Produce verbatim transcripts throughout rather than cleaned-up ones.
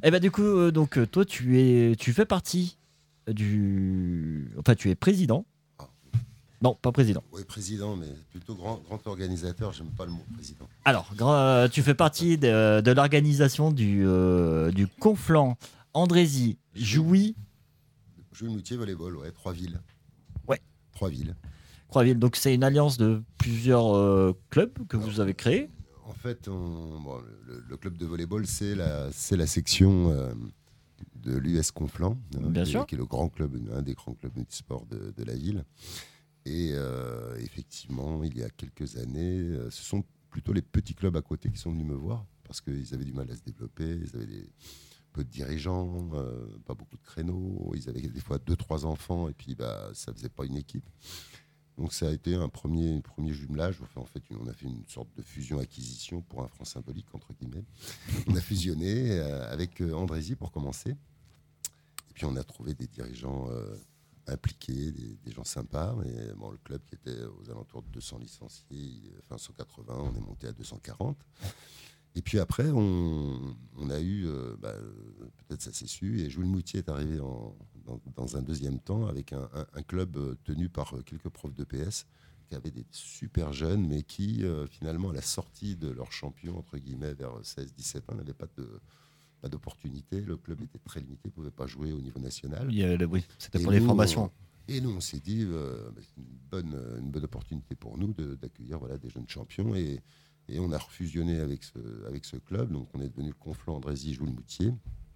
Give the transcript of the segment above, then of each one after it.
Et bah du coup, euh, donc euh, toi, tu es, tu fais partie du, enfin, tu es président. Ah, Non, pas président. oui, président, mais plutôt grand, grand organisateur. J'aime pas le mot président. Alors, grand- euh, tu fais partie de, de l'organisation du, euh, du Conflans Andrézy Jouy. Jules Moutier Volleyball, ouais, trois villes. Ouais. Trois villes. Croisville. Donc c'est une alliance de plusieurs euh, clubs que Alors, vous avez créés. En fait, on, bon, le, le club de volleyball, c'est la, c'est la section euh, de l'U S Conflans, hein, Bien qui, sûr. est, qui est le grand club, un des grands clubs multisports de, de la ville. Et euh, effectivement, il y a quelques années, euh, ce sont plutôt les petits clubs à côté qui sont venus me voir parce qu'ils avaient du mal à se développer, ils avaient des, peu de dirigeants, euh, pas beaucoup de créneaux, ils avaient des fois deux, trois enfants et puis bah, ça faisait pas une équipe. Donc ça a été un premier, un premier jumelage. Enfin, en fait, on a fait une sorte de fusion-acquisition pour un franc symbolique, entre guillemets. On a fusionné euh, avec euh, Andrézy pour commencer. Et puis on a trouvé des dirigeants euh, impliqués, des, des gens sympas. Et bon, le club qui était aux alentours de deux cents licenciés, enfin cent quatre-vingts, on est monté à deux cent quarante. Et puis après, on, on a eu, euh, bah, peut-être ça s'est su, et Jules Moutier est arrivé en, dans, dans un deuxième temps avec un, un, un club tenu par quelques profs de P S qui avaient des super jeunes, mais qui euh, finalement, à la sortie de leur champion, entre guillemets, vers seize dix-sept ans, n'avaient pas de... pas d'opportunité, le club était très limité, ne pouvait pas jouer au niveau national. Il y a, oui, c'était Et pour nous, les formations. On, et nous, on s'est dit, euh, bah, c'est une bonne, une bonne opportunité pour nous de, d'accueillir voilà, des jeunes champions. Et, et on a refusionné avec ce, avec ce club. Donc, on est devenu le Conflans Andrézy Jules Moutier,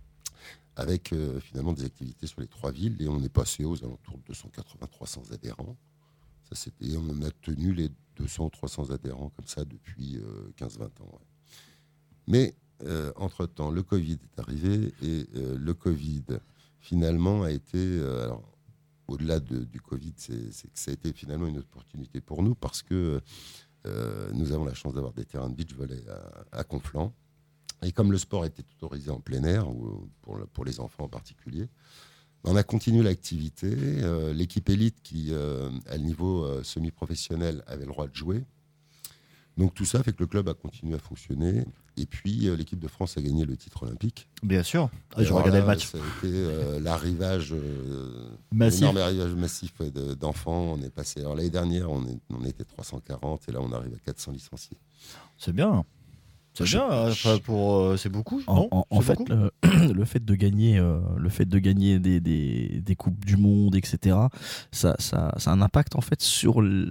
avec euh, finalement des activités sur les trois villes. Et on est passé aux alentours de deux cent quatre-vingts à trois cents adhérents. Ça, c'était, et on a tenu les deux cents à trois cents adhérents comme ça depuis euh, quinze vingt ans. Ouais. Mais Euh, entre-temps, le Covid est arrivé et euh, le Covid, finalement, a été... Euh, alors, au-delà de, du Covid, c'est, c'est que ça a été finalement une opportunité pour nous parce que euh, nous avons la chance d'avoir des terrains de beach volley à, à Conflans. Et comme le sport était autorisé en plein air, ou pour, pour les enfants en particulier, on a continué l'activité. Euh, l'équipe élite qui, euh, à le niveau euh, semi-professionnel, avait le droit de jouer. Donc tout ça fait que le club a continué à fonctionner. Et puis euh, l'équipe de France a gagné le titre olympique. Bien sûr. Et je regardais le match. Ça a été euh, l'arrivage, euh, massif. énorme arrivage massif ouais, de, d'enfants. On est passé. Alors l'année dernière, on, est, on était trois cent quarante et là on arrive à quatre cents licenciés. C'est bien. C'est bien. Enfin, pour euh, c'est beaucoup. Non En, en, c'est en fait, beaucoup le, le fait de gagner, euh, le fait de gagner des, des, des coupes du monde, et cetera. Ça, ça, ça a un impact en fait sur le,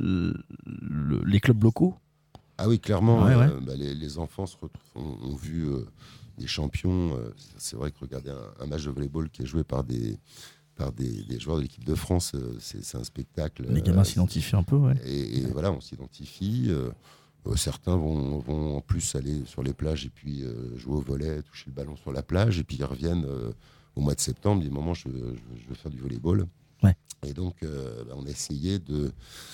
le, les clubs locaux. Ah oui, clairement, ouais, euh, ouais. Bah, les, les enfants se retrouvent, ont, ont vu euh, des champions. Euh, c'est vrai que regarder un, un match de volleyball qui est joué par des, par des, des joueurs de l'équipe de France, euh, c'est, c'est un spectacle. Les gamins euh, s'identifient un peu, ouais. Et, et voilà, on s'identifie. Euh, euh, certains vont, vont en plus aller sur les plages et puis euh, jouer au volley, toucher le ballon sur la plage, et puis ils reviennent euh, au mois de septembre, ils disent maman, je, je, je veux faire du volleyball. Ouais. Et donc, euh, bah, on a essayé de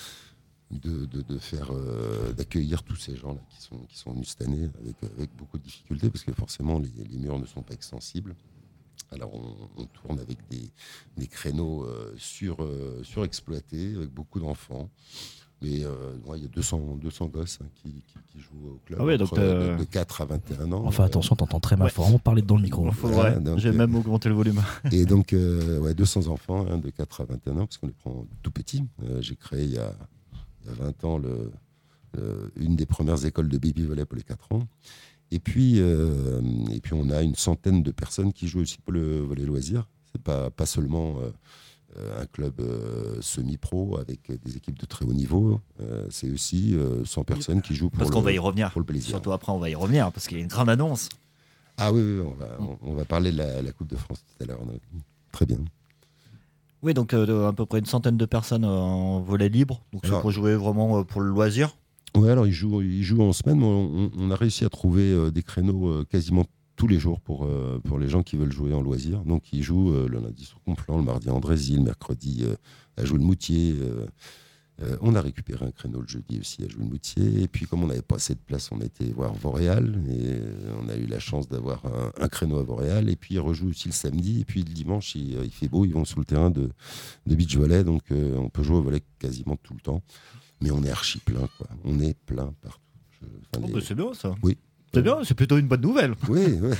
De, de, de faire, euh, d'accueillir tous ces gens-là qui sont, qui sont venus cette année avec, avec beaucoup de difficultés parce que forcément les, les murs ne sont pas extensibles. Alors on, on tourne avec des, des créneaux euh, sur, euh, surexploités avec beaucoup d'enfants. Mais euh, ouais, il y a deux cents, deux cents gosses hein, qui, qui, qui jouent au club Ah ouais, donc entre, euh... de, de quatre à vingt et un ans. Enfin attention, t'entends très mal, il ouais. faut vraiment parler dans le micro. Faut, Voilà, ouais. donc, J'ai euh, même augmenté le volume. Et donc euh, ouais, deux cents enfants hein, de quatre à vingt et un ans parce qu'on les prend tout petits. Euh, j'ai créé il y a il y a vingt ans, le, le, une des premières écoles de baby volley pour les quatre ans. Et puis, euh, et puis, on a une centaine de personnes qui jouent aussi pour le volley loisir. C'est pas, pas seulement euh, un club euh, semi-pro avec des équipes de très haut niveau. Euh, c'est aussi euh, cent personnes qui jouent pour, parce le, qu'on va y revenir. pour le plaisir. Surtout après, on va y revenir parce qu'il y a une grande annonce. Ah oui, oui on, va, on, on va parler de la, la Coupe de France tout à l'heure. Donc, très bien. Oui, donc euh, à peu près une centaine de personnes en volley libre. Donc alors, c'est pour jouer vraiment euh, pour le loisir. Oui, alors ils jouent, ils jouent en semaine, mais on, on a réussi à trouver euh, des créneaux euh, quasiment tous les jours pour, euh, pour les gens qui veulent jouer en loisir. Donc ils jouent euh, le lundi sur Conflans, le mardi à Andrézy, le mercredi euh, à Jouy-le-Moutier. Euh, euh, on a récupéré un créneau le jeudi aussi à Jouy-le-Moutier. Et puis comme on n'avait pas assez de place, on a été voir Vauréal. Et on a eu la chance d'avoir un, un créneau à Vauréal. Et puis ils rejouent aussi le samedi. Et puis le dimanche, il, il fait beau, ils vont sur le terrain de, de beach volley. Donc euh, on peut jouer au volley quasiment tout le temps. Mais on est archi plein, quoi. On est plein partout. Je, oh, les... bah c'est bien ça. Oui, C'est bien, c'est plutôt une bonne nouvelle. Oui, ouais.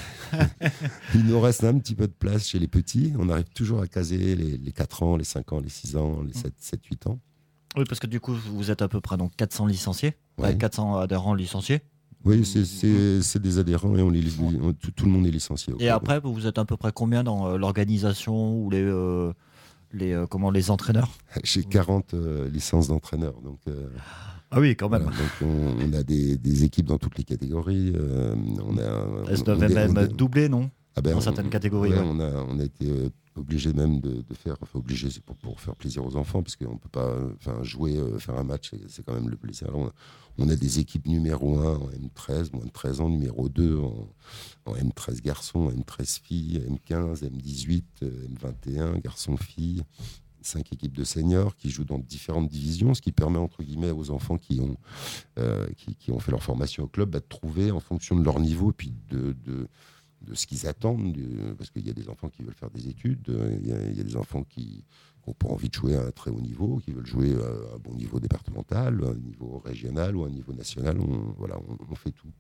Il nous reste un petit peu de place chez les petits. On arrive toujours à caser les, les quatre ans, les cinq ans, les six ans, les sept, huit ans. Oui, parce que du coup, vous êtes à peu près donc quatre cents licenciés, Ouais. ouais, quatre cents adhérents licenciés. Oui, c'est, c'est, c'est des adhérents et on les, on, tout, tout le monde est licencié. au Et club. après, vous êtes à peu près combien dans euh, l'organisation ou les, euh, les, euh, comment, les entraîneurs? J'ai quarante euh, licences d'entraîneurs. Donc, euh, Ah oui, quand même. voilà, donc on, on a des, des équipes dans toutes les catégories. Euh, on a, Elles on- doivent on est- même on est- doubler, non? Ah ben, dans on- certaines catégories, ouais, ouais. on, a, on a été euh, obligé même de, de faire, enfin obligé, c'est pour, pour faire plaisir aux enfants, parce qu'on ne peut pas euh, enfin, jouer, euh, faire un match, c'est, c'est quand même le plaisir. Alors, on, a, on a des équipes numéro un en M treize, moins de treize ans, numéro deux en, en M treize garçons, M treize filles, M quinze, M dix-huit, euh, M vingt et un, garçons-filles. Cinq équipes de seniors qui jouent dans différentes divisions, ce qui permet entre guillemets aux enfants qui ont, euh, qui, qui ont fait leur formation au club bah, de trouver en fonction de leur niveau et puis de, de, de ce qu'ils attendent, de, parce qu'il y a des enfants qui veulent faire des études, euh, il y a, il y a des enfants qui n'ont pas envie de jouer à un très haut niveau, qui veulent jouer à un bon niveau départemental, un niveau régional ou un niveau national. On, voilà, on, on fait tout.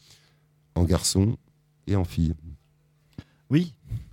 En garçon et en fille. Oui.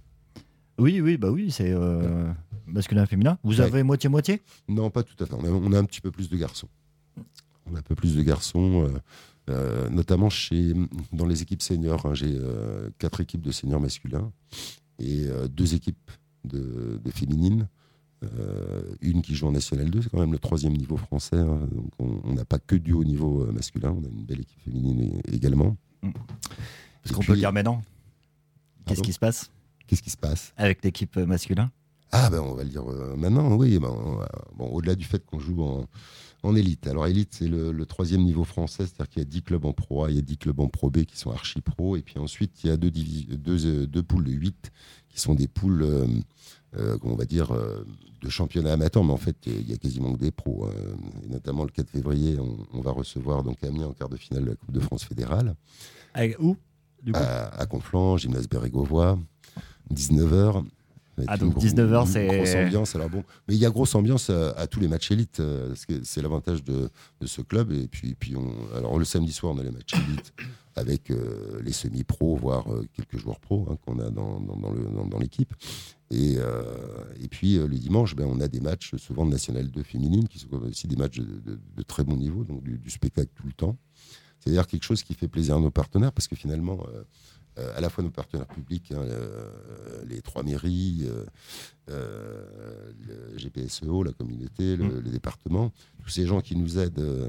Oui, oui, bah oui, c'est euh, masculin, féminin. Vous Ouais. avez moitié-moitié? Non, pas tout à fait. On a, on a un petit peu plus de garçons. On a un peu plus de garçons, euh, euh, notamment chez, dans les équipes seniors. Hein, j'ai euh, quatre équipes de seniors masculins et euh, deux équipes de, de féminines. Euh, une qui joue en National deux, c'est quand même le troisième niveau français. Hein, donc on n'a pas que du haut niveau euh, masculin, on a une belle équipe féminine é- également. Est-ce Et qu'on puis- peut le dire maintenant? Qu'est-ce Pardon qui se passe Qu'est-ce qui se passe? avec l'équipe euh, masculin? Ah ben on va le dire euh, maintenant, oui. Ben, on va- bon, au-delà du fait qu'on joue en, en élite. Alors élite, c'est le, le troisième niveau français, c'est-à-dire qu'il y a dix clubs en Pro A, il y a dix clubs en Pro B qui sont archi-pro, et puis ensuite il y a deux, divis- deux, euh, deux poules de huit qui sont des poules, euh, euh, on va dire, euh, de championnat amateur, mais en fait il y a quasiment que des pros. Hein. Et notamment le quatre février, on, on va recevoir donc Amiens en quart de finale de la Coupe de France fédérale, Avec où du coup à, à Conflans, gymnase Bérégovois, dix-neuf heures. Ah, donc dix-neuf heures, c'est- Grosse ambiance, alors bon. Mais il y a grosse ambiance à, à tous les matchs élites. euh, parce que c'est l'avantage de, de ce club. Et puis, puis on, alors le samedi soir, on a les matchs élites avec euh, les semi-pros, voire euh, quelques joueurs pros hein, qu'on a dans, dans, dans, le, dans, dans l'équipe. Et, euh, et puis euh, le dimanche, ben, on a des matchs souvent de National deux féminine qui sont aussi des matchs de, de, de très bon niveau, donc du, du spectacle tout le temps. C'est-à-dire quelque chose qui fait plaisir à nos partenaires parce que finalement. Euh, Euh, à la fois nos partenaires publics, hein, euh, les trois mairies, euh, euh, le G P S E O, la communauté, le, Mmh. le département, tous ces gens qui nous aident euh,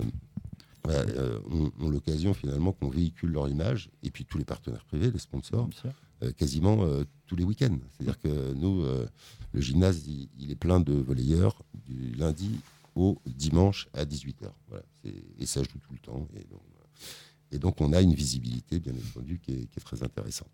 euh, ont, ont l'occasion finalement qu'on véhicule leur image, et puis tous les partenaires privés, les sponsors, Bien sûr. euh, quasiment euh, tous les week-ends. C'est-à-dire que nous, euh, le gymnase, il, il est plein de volleyeurs du lundi au dimanche à dix-huit heures. Voilà. C'est- et ça joue tout le temps. Et donc, Et donc, on a une visibilité, bien entendu, qui est, qui est très intéressante.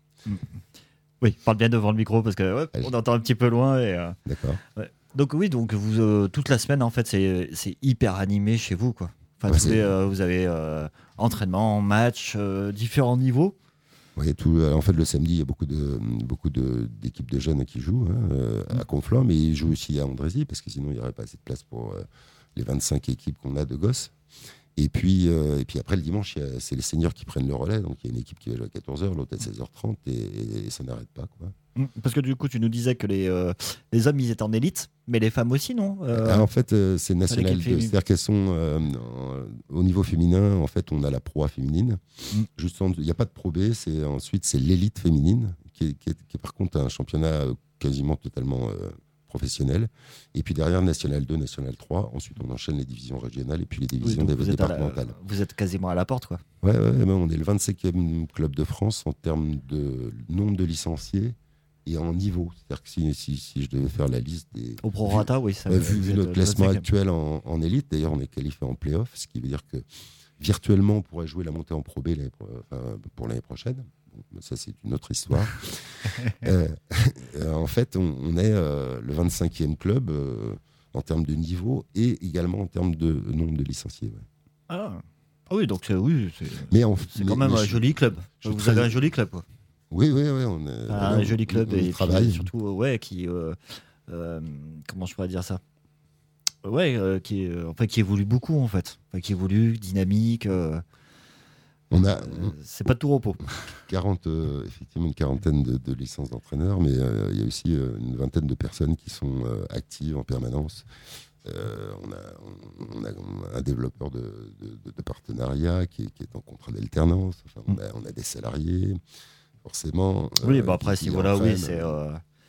Oui, parle bien devant le micro parce que ouais, Allez. on entend un petit peu loin. Et, euh, D'accord. ouais. Donc oui, donc vous euh, toute la semaine en fait c'est c'est hyper animé chez vous quoi. Enfin, Ouais, tous c'est- les, euh, vous avez euh, entraînement, match, euh, différents niveaux. Oui, tout, en fait, le samedi, il y a beaucoup, de, beaucoup de, d'équipes de jeunes qui jouent hein, euh, à Conflans, mais ils jouent aussi à Andrézy, parce que sinon, il n'y aurait pas assez de place pour euh, les vingt-cinq équipes qu'on a de gosses. Et puis, euh, et puis après, le dimanche, il y a- c'est les seniors qui prennent le relais. Donc, il y a une équipe qui va jouer à quatorze heures, l'autre à seize heures trente, et, et ça n'arrête pas. Quoi. Mm. Parce que du coup, tu nous disais que les, euh, les hommes, ils étaient en élite, mais les femmes aussi, non Euh, Ah, en fait, euh, c'est national l'équipe deux. féminine. C'est-à-dire qu'elles sont euh, en- au niveau féminin. En fait, on a la Pro A féminine. Mm. Juste en dessous, il n'y a pas de Pro B. C'est ensuite c'est l'élite féminine, qui est, qui, est, qui est par contre un championnat euh, quasiment totalement euh, professionnel. Et puis derrière National deux, National trois. Ensuite, on enchaîne les divisions régionales et puis les oui, divisions donc dé- vous, êtes à la- départementales. vous êtes quasiment à la porte quoi. Ouais, ouais, ben, on est le vingt-cinquième club de France en termes de nombre de licenciés et en niveau. C'est-à-dire que si, si, si je devais faire la liste des. Au prorata, oui. Ça, Ouais, vu, vous vu êtes notre le classement vingt-cinquième. actuel en, en élite, d'ailleurs on est qualifié en play-off, ce qui veut dire que virtuellement on pourrait jouer la montée en Pro B l'année pro- enfin, pour l'année prochaine. Bon, ça c'est une autre histoire. Euh, euh, en fait, on, on est euh, le vingt-cinquième club euh, en termes de niveau et également en termes de nombre de licenciés. ouais. Ah. Ah oui, donc c'est oui, c'est Mais en- c'est mais- quand même mais un je- joli club. je suis Vous très- avez un joli club quoi. Oui, oui, oui. On est, Enfin, voilà, un on- joli club on, on et y puis, travaille. surtout euh, ouais qui euh, euh, comment je pourrais dire ça ouais euh, qui est, euh, enfin, qui évolue beaucoup en fait, enfin, qui évolue dynamique euh, On a Euh, c'est pas tout repos. quarante, euh, effectivement une quarantaine de, de licences d'entraîneurs, mais euh, il y a aussi euh, une vingtaine de personnes qui sont euh, actives en permanence. Euh, on, a, on, on a un développeur de, de, de partenariat qui est, qui est en contrat d'alternance. Enfin, on, a, on a des salariés, forcément. Oui, euh, bah après, qui- si qui voilà, oui, entraînent. c'est. euh,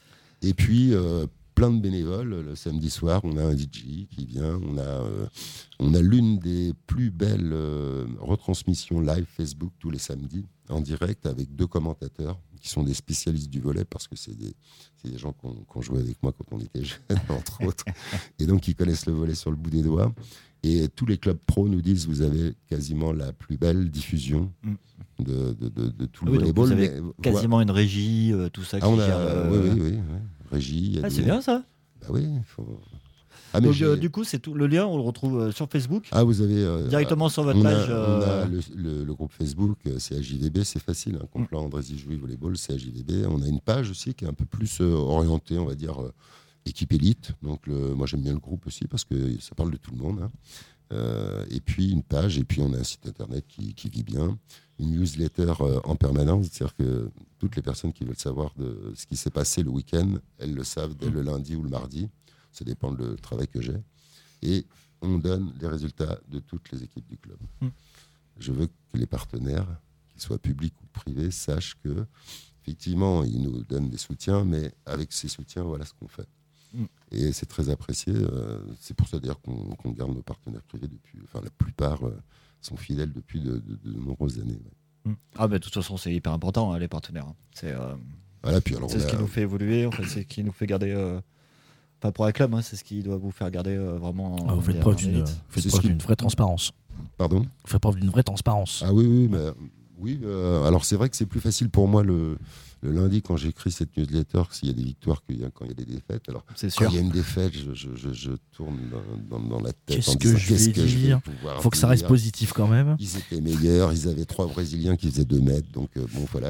Et puis, euh, plein de bénévoles. Le samedi soir, on a un D J qui vient. On a, euh, on a l'une des plus belles euh, retransmissions live Facebook tous les samedis, en direct, avec deux commentateurs qui sont des spécialistes du volley, parce que c'est des, c'est des gens qui ont, qui ont joué avec moi quand on était jeunes, entre autres. Et donc, ils connaissent le volley sur le bout des doigts. Et tous les clubs pro nous disent, vous avez quasiment la plus belle diffusion de, de, de, de tout le Oui, donc volleyball. vous avez mais, quasiment une régie, euh, tout ça ah, qui on a, gère. euh, oui, oui, oui, oui. Régie. il y a Ah, des- c'est bien ça. Bah oui, il faut. Ah, mais Donc, j'ai- euh, du coup, c'est tout. Le lien, on le retrouve euh, sur Facebook, ah, vous avez. euh, directement sur votre on a, page. on euh, a le, le- le groupe Facebook, euh, c'est A J V B, c'est facile. Hein, Conflans Andrézy Jouy Volleyball, c'est A J V B. On a une page aussi qui est un peu plus euh, orientée, on va dire, euh, équipe élite. Donc, le, moi, j'aime bien le groupe aussi parce que ça parle de tout le monde. Hein. Euh, et puis, une page, et puis on a un site internet qui, qui vit bien. Une newsletter euh, en permanence, c'est-à-dire que toutes les personnes qui veulent savoir de ce qui s'est passé le week-end, elles le savent dès le lundi ou le mardi. Ça dépend du travail que j'ai. Et on donne les résultats de toutes les équipes du club. Mm. Je veux que les partenaires, qu'ils soient publics ou privés, sachent que effectivement, ils nous donnent des soutiens, mais avec ces soutiens, voilà ce qu'on fait. Mm. Et c'est très apprécié. euh, c'est pour ça d'ailleurs qu'on, qu'on garde nos partenaires privés depuis. Enfin, la plupart euh, sont fidèles depuis de, de- de nombreuses années. ouais. Mm. Ah, bah, de toute façon, c'est hyper important, hein, les partenaires. hein. C'est euh, Voilà, puis alors c'est on ce a- qui nous fait évoluer, en fait, c'est ce qui nous fait garder. euh, Pas pour un club, hein, c'est ce qui doit vous faire garder euh, vraiment. Ah, vous faites en- preuve en d'une élite. vous faites C'est preuve ce qui- d'une vraie transparence. Pardon. Vous faites preuve d'une vraie transparence. Ah oui, oui, mais, oui. euh, alors c'est vrai que c'est plus facile pour moi le, le lundi quand j'écris cette newsletter s'il y a des victoires qu'il y a quand il y a des défaites. Alors C'est quand sûr. il y a une défaite, je, je, je, je tourne dans, dans, dans la tête. Qu'est-ce en que disant, je vais que dire pouvoir Faut que ça reste dire. positif quand même. Ils étaient meilleurs, ils avaient trois Brésiliens qui faisaient deux mètres, donc euh, bon voilà.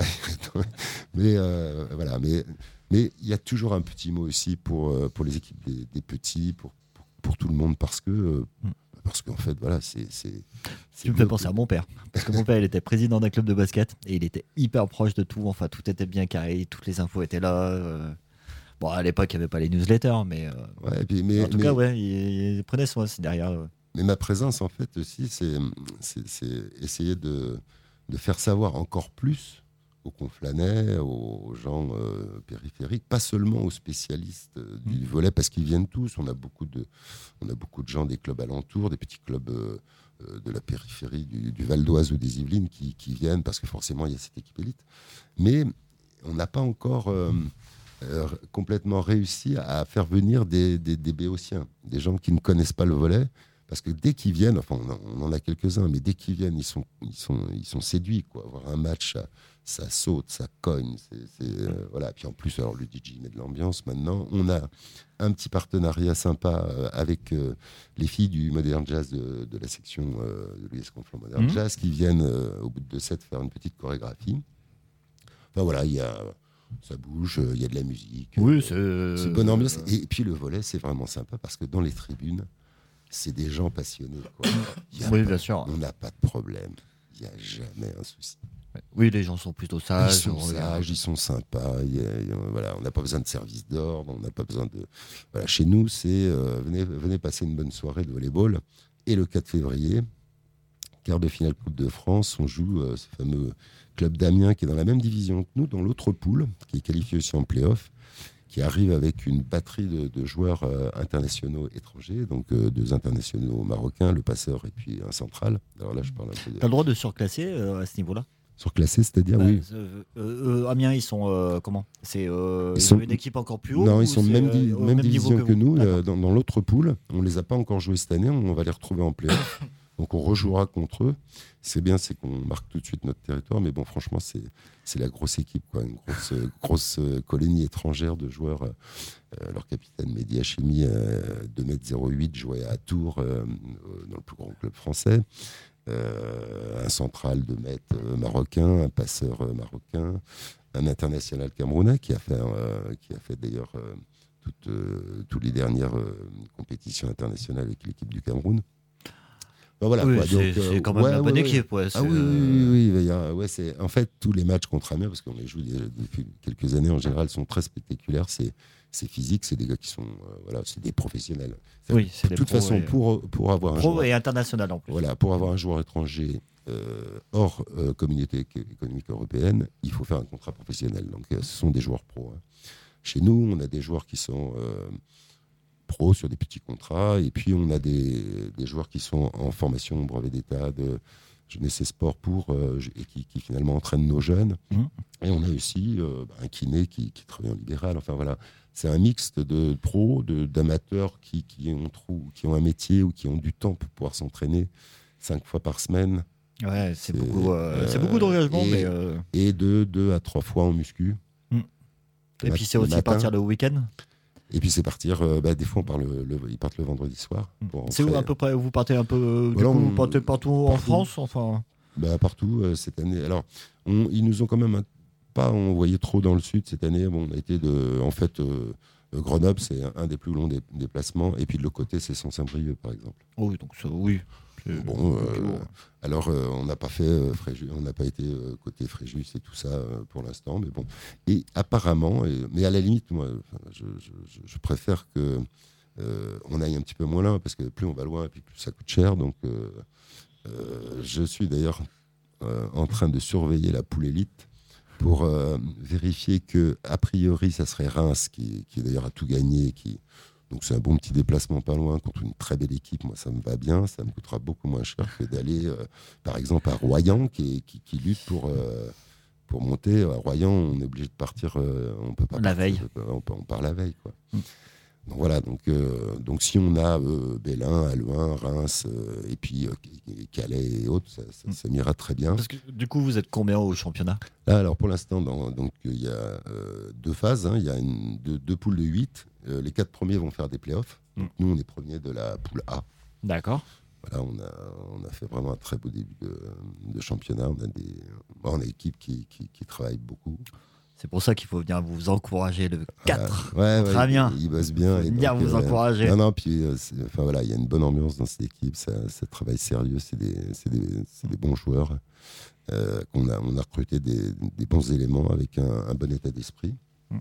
mais euh, voilà, mais mais il y a toujours un petit mot aussi pour euh, pour les équipes des, des petits, pour, pour pour tout le monde, parce que euh, Mm. parce qu'en fait voilà, c'est c'est. Tu me fais penser à mon père. Parce que mon père, il était président d'un club de basket et il était hyper proche de tout. Enfin, tout était bien carré, toutes les infos étaient là. euh. Bon, à l'époque, il n'y avait pas les newsletters, mais, euh, Ouais, et puis, mais, en tout mais- cas, ouais, il, il prenait soin aussi derrière. euh. Mais ma présence, en fait, aussi, c'est, c'est, c'est essayer de, de faire savoir encore plus aux Conflanais, aux gens euh, périphériques, pas seulement aux spécialistes euh, du volley, parce qu'ils viennent tous. On a beaucoup de, on a beaucoup de gens des clubs alentours, des petits clubs euh, euh, de la périphérie du, du Val d'Oise ou des Yvelines qui, qui viennent, parce que forcément, il y a cette équipe élite. Mais on n'a pas encore euh, euh, complètement réussi à faire venir des, des, des béotiens, des gens qui ne connaissent pas le volley. Parce que dès qu'ils viennent, enfin on en, on en a quelques-uns, mais dès qu'ils viennent, ils sont, ils sont, ils sont séduits. Quoi. Voir un match, ça, ça saute, ça cogne. C'est, c'est, euh, voilà. Puis en plus, alors, le D J met de l'ambiance maintenant. On a un petit partenariat sympa euh, avec euh, les filles du Modern Jazz de, de la section euh, de l'U S Conflans Modern Mmh. Jazz qui viennent euh, au bout de deux sets faire une petite chorégraphie. Enfin voilà, il y a, ça bouge, il y a de la musique. Oui, euh, c'est. c'est bonne ambiance. Et puis le volley, c'est vraiment sympa parce que dans les tribunes, c'est des gens passionnés. Quoi. Il y a Oui, pas- bien sûr. On n'a pas de problème. Il n'y a jamais un souci. Oui, les gens sont plutôt Ils sages. sont on regarde. sages, ils sont sympas. il y a- il y a- voilà, on n'a pas besoin de service d'ordre. On n'a pas besoin de. Voilà, chez nous, c'est euh, venez, venez passer une bonne soirée de volleyball. Et le quatre février, quart de finale Coupe de France, on joue euh, ce fameux club d'Amiens qui est dans la même division que nous, dans l'autre poule, qui est qualifié aussi en play-off, qui arrive avec une batterie de, de joueurs euh, internationaux étrangers, donc euh, deux internationaux marocains, le passeur et puis un central. Alors là, je parle un peu de... T'as le droit de surclasser euh, à ce niveau-là. Surclassé, c'est-à-dire, Bah, oui. euh, euh, Amiens, ils sont euh, comment C'est euh, Ils ils sont- ont une équipe encore plus haut Non, ou ils sont c'est, même, euh, di- au même même niveau division que, vous nous, D'accord. euh, dans, dans l'autre poule. On ne les a pas encore joués cette année, on va les retrouver en play-off. Donc on rejouera contre eux. C'est bien, c'est qu'on marque tout de suite notre territoire, mais bon, franchement, c'est, c'est la grosse équipe, quoi. Une grosse, euh, grosse euh, colonie étrangère de joueurs. Euh, leur capitaine Mehdi Hachimi, euh, deux mètres zéro huit, jouait à Tours, euh, dans le plus grand club français. Euh, un central de mètres euh, marocain, un passeur euh, marocain, un international camerounais qui a fait, euh, qui a fait d'ailleurs euh, toutes, euh, toutes les dernières euh, compétitions internationales avec l'équipe du Cameroun. Ben voilà, oui, quoi. c'est, Donc, euh, c'est quand même ouais, une bonne ouais, équipe. Ouais, Ah c'est, oui, oui, euh, oui, oui, il y a- ouais, c'est en fait tous les matchs contre Amiens, parce qu'on les joue des- depuis quelques années en général, sont très spectaculaires. C'est c'est physique, c'est des gars qui sont euh, voilà, c'est des professionnels. Oui, c'est De des toute pros, façon, ouais. pour pour avoir un Pro joueur, et international en plus. voilà, pour avoir un joueur étranger euh, hors euh, communauté éco- économique européenne, il faut faire un contrat professionnel. Donc, euh, ce sont des joueurs pros. Hein. Chez nous, on a des joueurs qui sont euh, pros sur des petits contrats, et puis on a des, des joueurs qui sont en formation au brevet d'État de jeunesse et sport pour, euh, et qui, qui finalement entraînent nos jeunes. Mmh. Et on a aussi euh, un kiné qui, qui travaille en libéral. Enfin voilà, c'est un mixte de pros, de, d'amateurs qui, qui, ont, trou- qui ont un métier ou qui ont du temps pour pouvoir s'entraîner cinq fois par semaine. Ouais, c'est, C'est, beaucoup, euh, euh, c'est beaucoup d'engagement, et- mais. euh, Et de deux à trois fois en muscu. Mm. Le Et mat- puis c'est le aussi matin. partir le week-end. Et puis c'est partir, euh, bah, des fois on part le, le- ils partent le vendredi soir. Pour C'est où rentrer. à peu près? Vous partez un peu. euh, Du Voilà, coup, on- vous partez partout en partout. France, enfin. Bah, partout euh, cette année. Alors, on- ils nous ont quand même un- pas envoyé trop dans le sud cette année. Bon, on a été de, en fait, euh, Grenoble, c'est un, un des plus longs dé- déplacements, et puis de l'autre côté, c'est Saint-Saint-Brieuc, par exemple. Oui, donc ça, oui. C'est- Bon, c'est euh, toujours- alors euh, on n'a pas fait euh, Fréjus, on n'a pas été euh, côté Fréjus et tout ça euh, pour l'instant, mais bon. Et apparemment, et- mais à la limite, moi, enfin, je, je- je- je préfère que euh, on aille un petit peu moins loin, parce que plus on va loin, puis plus ça coûte cher. Donc, euh, euh, je suis d'ailleurs euh, en train de surveiller la poule élite pour euh, vérifier que, a priori, ça serait Reims qui, qui d'ailleurs a tout gagné, qui donc c'est un bon petit déplacement pas loin contre une très belle équipe. Moi, ça me va bien. Ça me coûtera beaucoup moins cher que d'aller, euh, par exemple, à Royan, qui, est- qui, qui lutte pour, euh, pour monter. À Royan, on est obligé de partir. euh, on peut pas La partir, veille. On, peut- on part la veille, quoi. Mm. Donc voilà. Donc, euh, donc si on a euh, Bélin, Alouin, Reims, euh, et puis euh, Calais et autres, ça, ça, ça m'ira très bien. Parce que du coup, vous êtes combien au championnat? Là, alors pour l'instant, dans- donc il y a euh, deux phases. hein. Il y a une, deux, deux poules de huit. Euh, les quatre premiers vont faire des playoffs. Donc nous, on est premiers de la poule A. D'accord. Voilà, on a, on a fait vraiment un très beau début de, de championnat. On a des, bon, on a une équipe qui, qui, qui travaille beaucoup. C'est pour ça qu'il faut venir vous encourager le quatre. Ouais, contre ouais, Amiens. Ils, ils bossent bien. Faut et venir donc, vous euh, encourager. Non, non, puis euh, c'est- enfin, voilà, il y a une bonne ambiance dans cette équipe. Ça, ça travaille sérieux. C'est des, c'est des, c'est des bons joueurs. Euh, qu'on a, on a recruté des, des bons éléments avec un, un bon état d'esprit. Mm.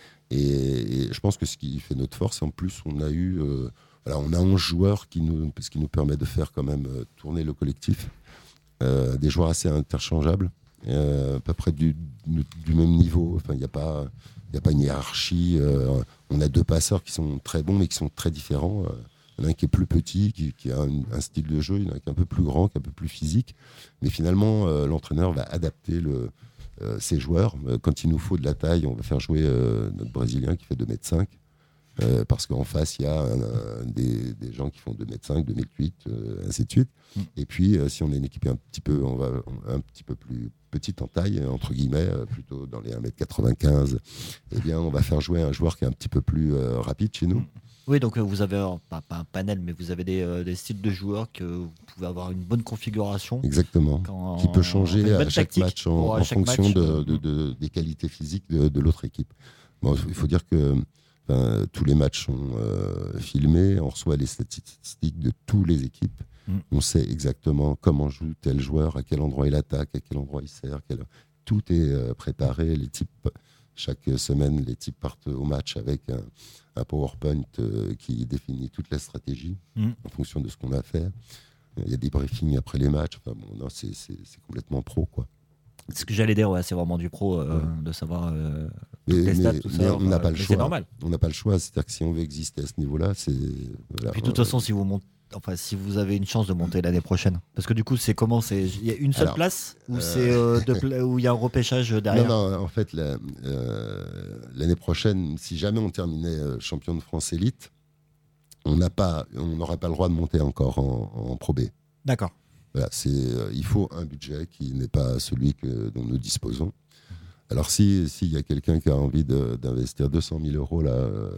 Et, et je pense que ce qui fait notre force, en plus, on a eu, euh, voilà, on a onze joueurs qui nous, ce qui nous permet de faire quand même euh, tourner le collectif. Euh, des joueurs assez interchangeables, euh, à peu près du, du, du même niveau. Enfin, il n'y a pas, il y a pas une hiérarchie. Euh, on a deux passeurs qui sont très bons, mais qui sont très différents. Euh, Il y en a un qui est plus petit, qui, qui a un, un style de jeu. Il y en a un qui est un peu plus grand, qui est un peu plus physique. Mais finalement, euh, l'entraîneur va adapter le, euh, ses joueurs. Euh, quand il nous faut de la taille, on va faire jouer euh, notre Brésilien qui fait deux mètres cinq. Euh, parce qu'en face, il y a un, un, des, des gens qui font deux mètres cinq, deux mètres huit, euh, ainsi de suite. Mm. Et puis, euh, si on est une équipe un petit peu, on va, un petit peu plus petite en taille, entre guillemets, euh, plutôt dans les un mètre quatre-vingt-quinze, eh bien, on va faire jouer un joueur qui est un petit peu plus euh, rapide chez nous. Oui, donc euh, vous avez, euh, pas, pas un panel, mais vous avez des, euh, des styles de joueurs que vous pouvez avoir une bonne configuration. Exactement. Quand, qui peut changer à chaque tactique match en, pour, à en chaque fonction match. de, de, de, des qualités physiques de, de l'autre équipe. Bon, il faut dire que enfin, tous les matchs sont euh, filmés, on reçoit les statistiques de toutes les équipes. Mm. On sait exactement comment joue tel joueur, à quel endroit il attaque, à quel endroit il sert. Quel... Tout est euh, préparé. Les types, chaque semaine, les types partent au match avec un, un PowerPoint euh, qui définit toute la stratégie mm. en fonction de ce qu'on a fait. Il y a des briefings après les matchs. Enfin, bon, non, c'est, c'est, c'est complètement pro, quoi. Ce que j'allais dire, ouais, c'est vraiment du pro euh, ouais. de savoir euh, mais, les stats, mais, tout mais ça. on n'a pas le choix. C'est normal. On n'a pas le choix. C'est-à-dire que si on veut exister à ce niveau-là, c'est. Voilà, puis de toute euh, façon, si vous montez, enfin, si vous avez une chance de monter l'année prochaine, parce que du coup, c'est comment, c'est il y a une seule Alors, place ou euh... c'est euh, de, où il y a un repêchage derrière. Non, non. En fait, la, euh, l'année prochaine, si jamais on terminait champion de France élite, on n'a pas, on n'aurait pas le droit de monter encore en, en Pro B. D'accord. Voilà, c'est, euh, il faut un budget qui n'est pas celui que, dont nous disposons. Alors, s'il si y a quelqu'un qui a envie de, d'investir deux cent mille euros là,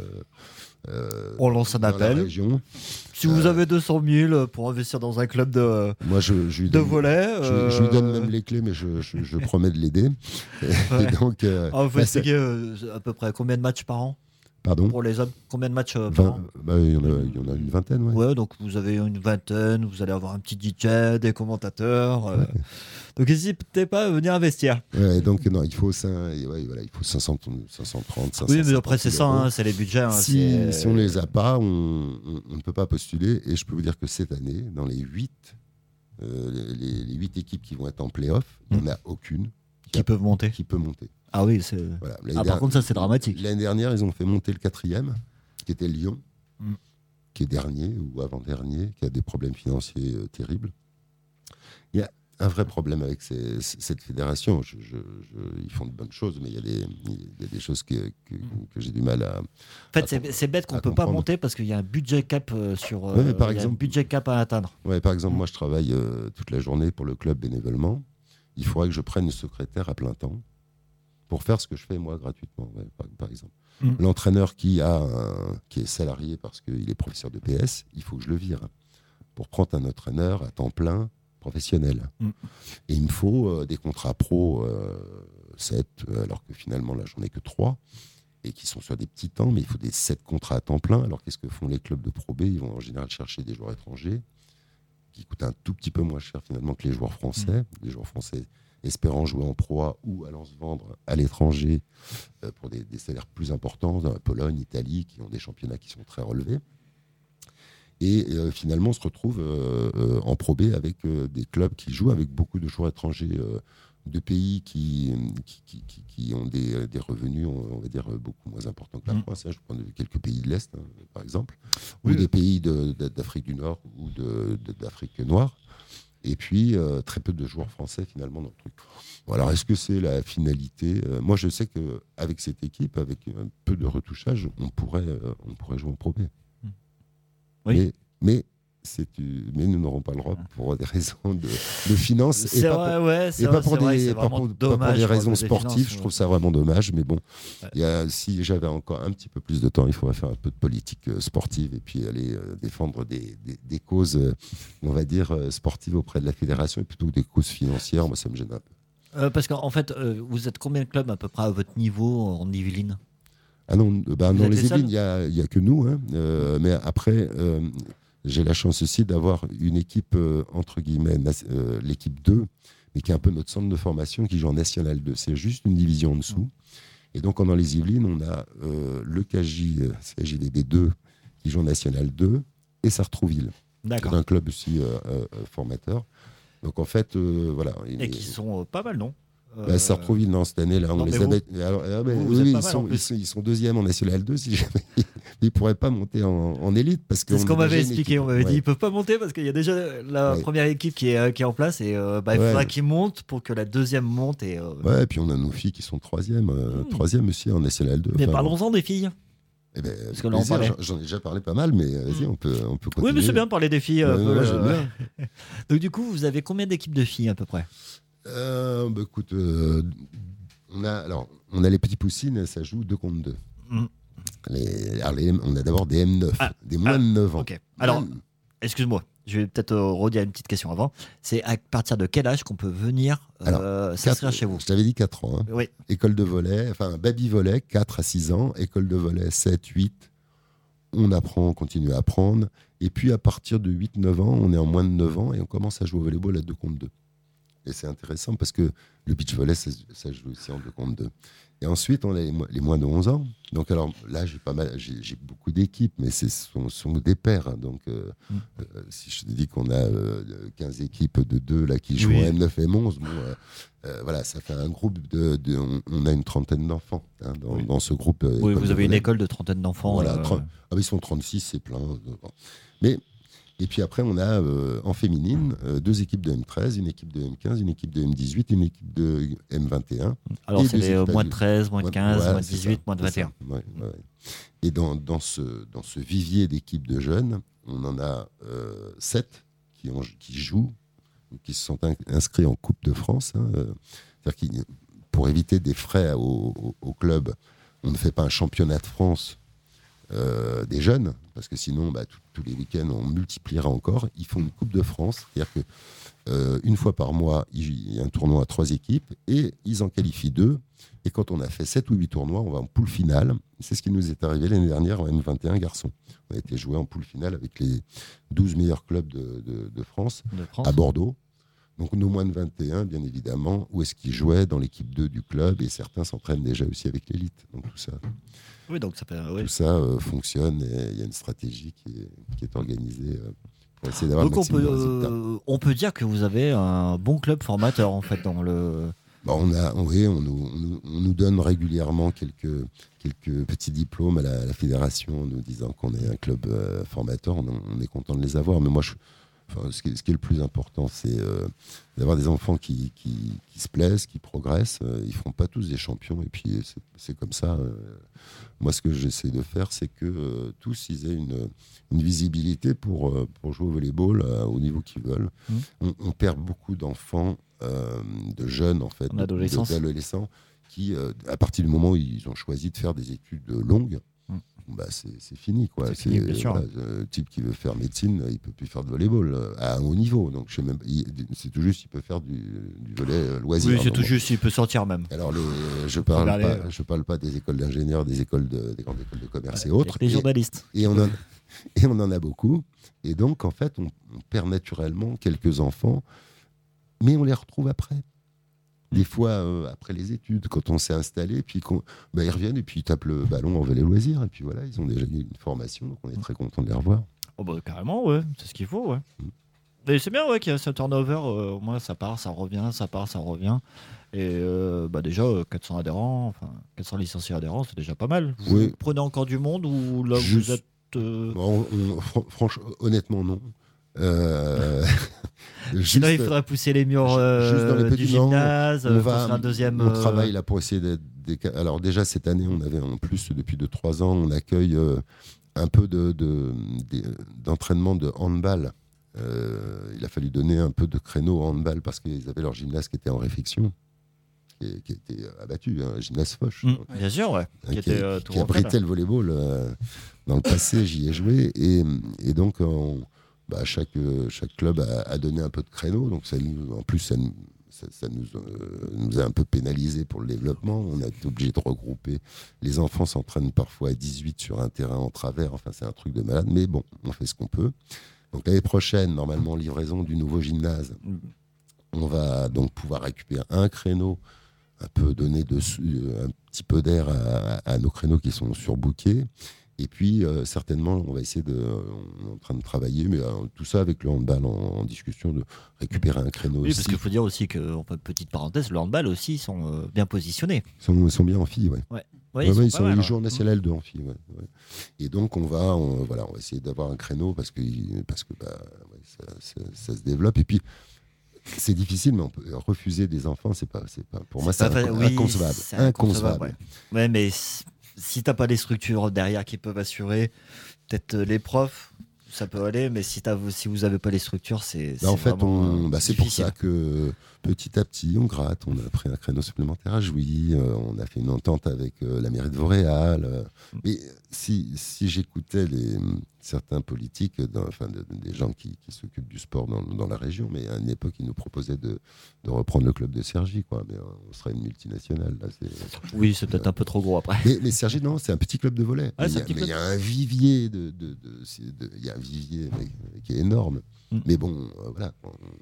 euh, on lance un appel. Région, si vous euh, avez deux cent mille pour investir dans un club de, moi je, je lui de donne, volley, je, euh... je lui donne même les clés, mais je, je, je promets de l'aider. Et, ouais. et donc, euh, ah, vous fatiguez euh, à peu près combien de matchs par an? Pardon Pour les hommes, combien de matchs euh, par vingt, an bah, il, y en a, il y en a une vingtaine, ouais. Ouais, donc vous avez une vingtaine, vous allez avoir un petit D J, des commentateurs. euh, Donc n'hésitez pas à venir investir. Ouais, donc non, il faut, cinq, et ouais, voilà, il faut cinq cent, cinq cent trente, cinq cent Oui, mais après c'est ça, hein, c'est les budgets. hein, Si, c'est- si on ne les a pas, on, on- on ne peut pas postuler. Et je peux vous dire que cette année, dans les huit, euh, les, les huit équipes qui vont être en play-off, il n'y en a aucune Qui peuvent monter. qui peut monter. Ah oui, c'est. Voilà. Ah, L'année par dernière- contre, ça c'est dramatique. L'année dernière, ils ont fait monter le quatrième, qui était Lyon, Mm. qui est dernier ou avant-dernier, qui a des problèmes financiers euh, terribles. Il y a un vrai problème avec ces- cette fédération. Je, je- je- ils font de bonnes choses, mais il y a des, il y a des choses que, que, que j'ai du mal à. En fait, c'est, c'est bête qu'on à ne peut pas comprendre. monter parce qu'il y a un budget cap euh, sur. euh, Ouais, mais par il y a exemple- un budget cap à atteindre. Ouais, par exemple, Mm. moi, je travaille euh, toute la journée pour le club bénévolement. Il faudrait que je prenne une secrétaire à plein temps pour faire ce que je fais moi gratuitement, ouais, par, par exemple. Mm. L'entraîneur qui, a un- qui est salarié parce qu'il est professeur de P S, il faut que je le vire pour prendre un entraîneur à temps plein professionnel. Mm. Et il me faut euh, des contrats pro euh, sept, euh, alors que finalement, là, j'en ai que trois, et qui sont sur des petits temps, mais il faut des sept contrats à temps plein. Alors qu'est-ce que font les clubs de Pro B? Ils vont en général chercher des joueurs étrangers qui coûtent un tout petit peu moins cher finalement que les joueurs français. Les joueurs français espérant jouer en Pro A ou allant se vendre à l'étranger euh, pour des, des salaires plus importants, dans la Pologne, Italie, qui ont des championnats qui sont très relevés. Et euh, finalement, on se retrouve euh, euh, en Pro B avec euh, des clubs qui jouent avec beaucoup de joueurs étrangers euh, de pays qui, qui, qui, qui- qui ont des, des revenus, on, on va dire, beaucoup moins importants que la Mm. France. hein. Je prends de- quelques pays de l'Est, hein, par exemple, Oui. ou des pays de- de- d'Afrique du Nord ou de- de- d'Afrique noire. Et puis, euh, très peu de joueurs français, finalement, dans le truc. Bon, alors, est-ce que c'est la finalité? Euh, Moi, je sais qu'avec cette équipe, avec un peu de retouchage, on pourrait, euh, on pourrait jouer en Pro B. Oui. Mais, mais, c'est, euh, mais nous n'aurons pas le droit pour des raisons de, de finances. C'est et pas vrai, pour- ouais, c'est et vrai, pas pour c'est vrai, des, c'est pas vraiment pour- pas pour dommage des pour raisons des sportives, finances, je ouais. trouve ça vraiment dommage. Mais bon, Ouais. il y a, si j'avais encore un petit peu plus de temps, il faudrait faire un peu de politique euh, sportive et puis aller euh, défendre des, des, des causes, euh, on va dire, euh, sportives auprès de la fédération, et plutôt que des causes financières. Moi, ça me gêne un peu. Euh, parce qu'en fait, euh, vous êtes combien de clubs à peu près à votre niveau en Yvelines? Ah non, euh, bah, Vous dans êtes les les seuls Yvelines, il n'y a, il y a que nous. Hein, euh, mais après, euh, j'ai la chance aussi d'avoir une équipe, euh, entre guillemets, nas- euh, l'équipe deux, mais qui est un peu notre centre de formation, qui joue en National deux. C'est juste une division en dessous. Et donc, dans les Yvelines, on a euh, le K J, euh, C J D B deux, qui joue en National deux, et Sartrouville, qui est D'accord. un club aussi euh, euh, formateur. Donc, en fait, euh, voilà. il Et est- qui sont euh, pas mal, non? Euh, bah, Sartrouville, non, cette année, là, on non, les mais a vous- bet- alors, ah, ben, vous, vous oui, êtes oui, pas ils, mal, en sont, plus. ils, sont, ils sont deuxième en National deux, si jamais. Ils ne pourraient pas monter en, en élite. Parce C'est ce qu'on qu'on a m'avait déjà une expliqué. équipe. On m'avait dit Ouais. ils peuvent pas monter parce qu'il y a déjà la Ouais. première équipe qui est, euh, qui est en place et euh, bah, il Ouais. faudra qu'ils montent pour que la deuxième monte. Et, euh, Ouais, et puis on a nos filles qui sont troisième, euh, Hmm. troisième aussi en National deux. Mais Enfin, parlons-en des filles. eh ben, Parce avec que là, on plaisir, parlait. j'en- J'en ai déjà parlé pas mal, mais euh, vas-y, Hmm. on peut, on peut continuer. Oui, mais c'est bien de parler des filles. un Ouais, peu, ouais, euh, j'aime bien. Donc du coup, vous avez combien d'équipes de filles à peu près? Euh, bah, écoute, euh, on, a, alors, on a les petits poussines, ça joue deux contre deux. Hmm. Les, alors, les- on a d'abord des M neuf, Ah, des moins ah, de neuf ans. Ok. Alors, Même- excuse-moi. Je vais peut-être euh, redire une petite question avant. C'est à partir de quel âge qu'on peut venir Alors, euh, s'inscrire quatre- chez vous? Je t'avais dit quatre ans. hein. Oui. École de volley, enfin baby volley, quatre à six ans, école de volley sept, huit. On apprend, on continue à apprendre. Et puis à partir de huit neuf ans, on est en moins de neuf ans et on commence à jouer au volleyball à deux contre deux. Et c'est intéressant parce que le beach volley, ça, ça joue aussi en deux contre deux. Et ensuite, on a les, mo- les moins de onze ans. Donc alors là, j'ai pas mal, j'ai, j'ai beaucoup d'équipes, mais ce sont, sont des pairs. hein. Donc euh, Mm. euh, si je te dis qu'on a euh, quinze équipes de deux là, qui jouent Oui. en M neuf et M onze, bon, euh, euh, voilà, ça fait un groupe de... de- on, on a une trentaine d'enfants hein, dans, Oui. dans ce groupe. euh, Oui, école vous de avez une volley. école de trentaine d'enfants. Voilà, euh, trente- Ah, mais ils sont trente-six, c'est plein. Mais, et puis après, on a euh, en féminine euh, deux équipes de M treize, une équipe de M quinze, une équipe de M dix-huit, une équipe de M vingt et un. Alors, Et c'est deux les euh, équipes moins de adultes. treize, moins de Ouais, quinze, ouais, moins de c'est dix-huit, ça, moins de c'est vingt et un. ça, ouais, ouais. Et dans, dans, ce, dans ce vivier d'équipes de jeunes, on en a euh, sept qui, ont, qui jouent, ou qui se sont in- inscrits en Coupe de France. hein, euh, c'est-à-dire qu'ils- pour éviter des frais au, au- au club, on ne fait pas un championnat de France euh, des jeunes, parce que sinon, bah, tout- tous les week-ends, on multipliera encore. Ils font une Coupe de France, c'est-à-dire que euh, une fois par mois, il y a un tournoi à trois équipes et ils en qualifient deux. Et quand on a fait sept ou huit tournois, on va en poule finale. C'est ce qui nous est arrivé l'année dernière en M vingt et un garçons. On a été joué en poule finale avec les douze meilleurs clubs de, de- de France, De France. à Bordeaux. Donc nos moins de vingt et un, bien évidemment, où est-ce qu'ils jouaient dans l'équipe deux du club, et certains s'entraînent déjà aussi avec l'élite. Donc tout ça, Oui, donc ça fait. Oui. tout ça euh, fonctionne, et il y a une stratégie qui est, qui est organisée euh, pour essayer d'avoir le Donc on peut, maximum de résultats. euh, on peut dire que vous avez un bon club formateur en fait dans le. Bon, on, a, oui, on, nous, on, nous, on nous donne régulièrement quelques, quelques petits diplômes à la, à la fédération, en nous disant qu'on est un club euh, formateur. On, on est content de les avoir. Mais moi, je, enfin, ce, qui est, ce qui est le plus important, c'est euh, d'avoir des enfants qui, qui, qui se plaisent, qui progressent. Euh, ils ne feront pas tous des champions. Et puis, c'est, c'est comme ça. Euh, moi, ce que j'essaie de faire, c'est que euh, tous, ils aient une, une visibilité pour, euh, pour jouer au volleyball euh, au niveau qu'ils veulent. Mmh. On, on perd beaucoup d'enfants. Euh, de jeunes en fait, En adolescence. de- d'adolescents qui, euh, à partir du moment où ils ont choisi de faire des études longues, Mm. bah c'est, c'est fini quoi. C'est fini, bien sûr. voilà, le type qui veut faire médecine, il peut plus faire de volleyball euh, à un haut niveau. Donc je sais même, il- c'est tout juste, il peut faire du, du volley euh, loisir. Oui, c'est Donc, tout bon. juste, il peut sortir même. Alors les, je parle Regardez, pas, je parle pas des écoles d'ingénieurs, des écoles de, des grandes écoles de commerce et autres. Les Et- journalistes. et on, en, et on en a beaucoup. Et donc, en fait, on, on perd naturellement quelques enfants, mais on les retrouve après. Des fois, euh, après les études, quand on s'est installé, puis qu'on, bah, ils reviennent et puis ils tapent le ballon en volley loisir. Et puis voilà, ils ont déjà eu une formation, donc on est très content de les revoir. Oh bah carrément, ouais, c'est ce qu'il faut, ouais. Mm. Et c'est bien, ouais, qu'il y a ce turnover. Euh, au moins, ça part, ça revient, ça part, ça revient. Et euh, bah déjà, euh, quatre cents adhérents, enfin quatre cents licenciés adhérents, c'est déjà pas mal. Vous Oui. prenez encore du monde ou là Juste- vous êtes. euh, Bon, on- on- fran- franchement, honnêtement, non. Euh, Sinon, juste- il faudrait pousser les murs ju- euh, juste dans les du petits noms, gymnase, on euh, va, construire un deuxième. on euh, travaille là pour essayer d'être des ca- alors déjà cette année on avait en plus depuis deux trois ans on accueille euh, un peu de, de- des- d'entraînement de handball. Euh, il a fallu donner un peu de créneau au handball parce qu'ils avaient leur gymnase qui était en réflexion, qui, qui était abattu, un gymnase Foch, Mm, bien sûr, ouais. hein, Qui, qui, était, euh, tout qui refait, abritait là. le volleyball. euh, dans le passé, j'y ai joué et, et donc on- bah, chaque, euh, chaque club a, a donné un peu de créneau. Donc ça nous, en plus, ça nous, ça, ça nous, euh, nous a un peu pénalisé pour le développement. On a été obligé de regrouper. Les enfants s'entraînent parfois à dix-huit sur un terrain en travers. Enfin, c'est un truc de malade. Mais bon, on fait ce qu'on peut. Donc l'année prochaine, normalement, livraison du nouveau gymnase. Mm. On va donc pouvoir récupérer un créneau, un peu donner de, un petit peu d'air à, à nos créneaux qui sont surbookés. Et puis, euh, certainement, on va essayer de. On est en train de travailler, mais euh, tout ça avec le handball en, en discussion, de récupérer un créneau Oui, aussi. parce qu'il faut dire aussi que, en fait, petite parenthèse, le handball aussi, ils sont euh, bien positionnés. Ils sont, ils sont bien en filles, ouais. Ouais, Ouais, ouais, ils pas sont mal, ils ouais. jouent en national deux en filles, ouais, ouais. Et donc, on va, on, voilà, on va essayer d'avoir un créneau parce que, parce que bah, ouais, ça, ça, ça se développe. Et puis, c'est difficile, mais on peut refuser des enfants, c'est pas, c'est pas, pour moi, c'est, pas inco- fa- oui, inconcevable. c'est Inconcevable. Ouais, ouais, mais si, si t'as pas les structures derrière qui peuvent assurer, peut-être euh, les profs, ça peut aller, mais si, t'as, si vous avez pas les structures, c'est, Bah, c'est en fait, vraiment, on, euh, bah, c'est pour difficile. ça que petit à petit, on gratte. On a pris un créneau supplémentaire à Jouy. euh, on a fait une entente avec euh, la mairie de Vauréal. euh. Mais si, si j'écoutais les, certains politiques, dans- enfin, de- de- des gens qui, qui s'occupent du sport dans, dans la région, mais à une époque, ils nous proposaient de, de reprendre le club de Cergy. Quoi. Mais euh, on serait une multinationale. Là, c'est... Oui, c'est peut-être un peu trop gros après. Mais, mais Cergy, non, c'est un petit club de volley. Ouais, Mais il c'est y un a- petit mais club. il y a un vivier de, de, de- c'est de- il y a un vivier mais- qui est énorme. Mm. Mais bon, euh, voilà,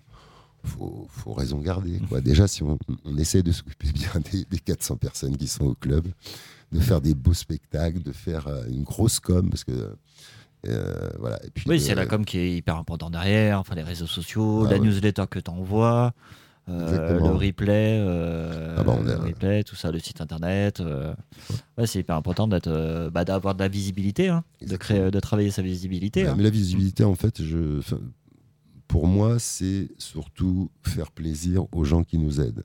il faut, faut raison garder. Quoi. Déjà, si on, on essaie de s'occuper bien des, des quatre cents personnes qui sont au club, de faire des beaux spectacles, de faire euh, une grosse com, parce que euh, voilà. Et puis Oui, de- c'est la com qui est hyper importante derrière, enfin les réseaux sociaux, Ah la ouais. newsletter que tu envoies, euh, Exactement. le replay, euh, Ah bah, on est- le replay, tout ça, le site internet. euh, ouais, c'est hyper important d'être, euh, bah, d'avoir de la visibilité, hein, de, Exactement. créer, de travailler sa visibilité. Ouais, hein. mais la visibilité, en fait, je, enfin, pour moi, c'est surtout faire plaisir aux gens qui nous aident.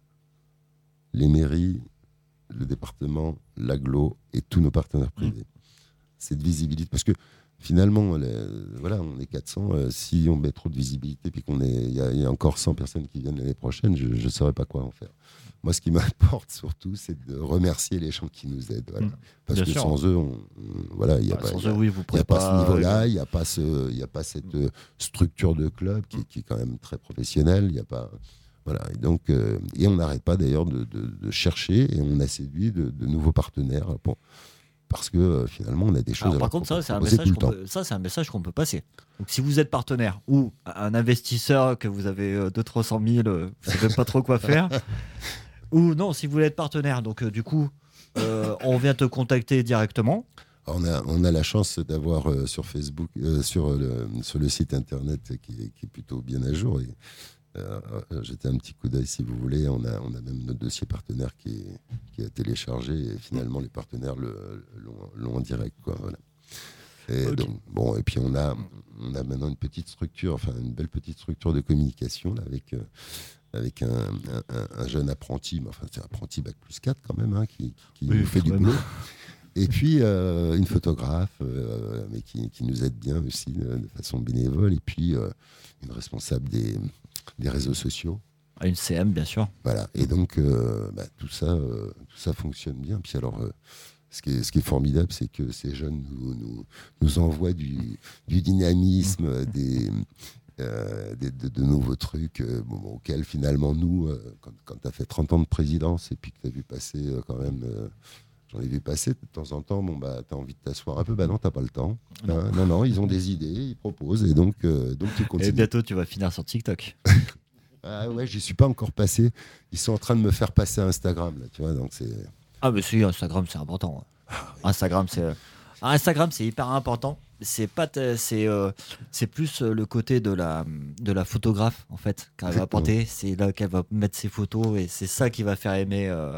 Les mairies, le département, l'agglo et tous nos partenaires privés. Cette visibilité. Parce que finalement, les, voilà, on est quatre cents. Euh, si on met trop de visibilité, puis qu'on est, il y, y a encore cent personnes qui viennent l'année prochaine, je ne saurais pas quoi en faire. Moi, ce qui m'importe surtout, c'est de remercier les gens qui nous aident. Voilà. Parce Bien que sûr. sans eux, on, on, voilà, il n'y a, Bah, pas, sans y a, eux, oui, vous y pouvez a pas, pas ce niveau-là, il n'y a, pas ce, y a pas cette euh, structure de club qui, qui est quand même très professionnelle. Il y a pas, voilà. Et, donc, euh, et on n'arrête pas d'ailleurs de, de, de chercher et on a séduit de, de nouveaux partenaires. Pour, parce que euh, finalement, on a des choses Alors, à par leur contre, ça, c'est un proposer message tout le qu'on temps. peut, ça, c'est un message qu'on peut passer. Donc, si vous êtes partenaire ou un investisseur que vous avez euh, deux cents trois cent mille, euh, vous ne savez pas trop quoi faire, ou non, si vous voulez être partenaire, donc euh, du coup, euh, on vient te contacter directement. On a, on a la chance d'avoir euh, sur Facebook, euh, sur, le, sur le site internet qui est, qui est plutôt bien à jour. Et, euh, jetez un petit coup d'œil si vous voulez. On a, on a même notre dossier partenaire qui est, qui est téléchargé et finalement les partenaires le, l'ont, l'ont en direct, quoi. Voilà. Et Okay. donc, bon, et puis on a, on a maintenant une petite structure, enfin une belle petite structure de communication là, avec. Euh, avec un, un, un jeune apprenti, mais enfin c'est un apprenti bac plus quatre quand même, hein, qui, qui Oui, nous fait quand du même. boulot. Et puis euh, une photographe, euh, mais qui, qui nous aide bien aussi de, de façon bénévole. Et puis euh, une responsable des, des réseaux sociaux. À une C M, bien sûr. Voilà. Et donc euh, bah, tout ça, euh, tout ça fonctionne bien. Puis alors. Euh, Ce qui, est, ce qui est formidable, c'est que ces jeunes nous, nous, nous envoient du, du dynamisme, des, euh, des, de, de nouveaux trucs euh, bon, auxquels finalement nous, euh, quand, quand tu as fait trente ans de présidence et puis que tu as vu passer euh, quand même, euh, j'en ai vu passer de temps en temps, bon, bah, tu as envie de t'asseoir un peu, bah non, tu n'as pas le temps. Non. Hein, non, non, ils ont des idées, ils proposent et donc, euh, donc tu continues. Et bientôt, tu vas finir sur TikTok. Ah ouais, j'y suis pas encore passé. Ils sont en train de me faire passer à Instagram, là, tu vois, donc c'est... Ah, mais si, Instagram, c'est important. Instagram, c'est Instagram, c'est hyper important. C'est pas, t- c'est, euh, c'est plus euh, le côté de la, de la photographe en fait qu'elle va apporter. C'est là qu'elle va mettre ses photos et c'est ça qui va faire aimer. Euh,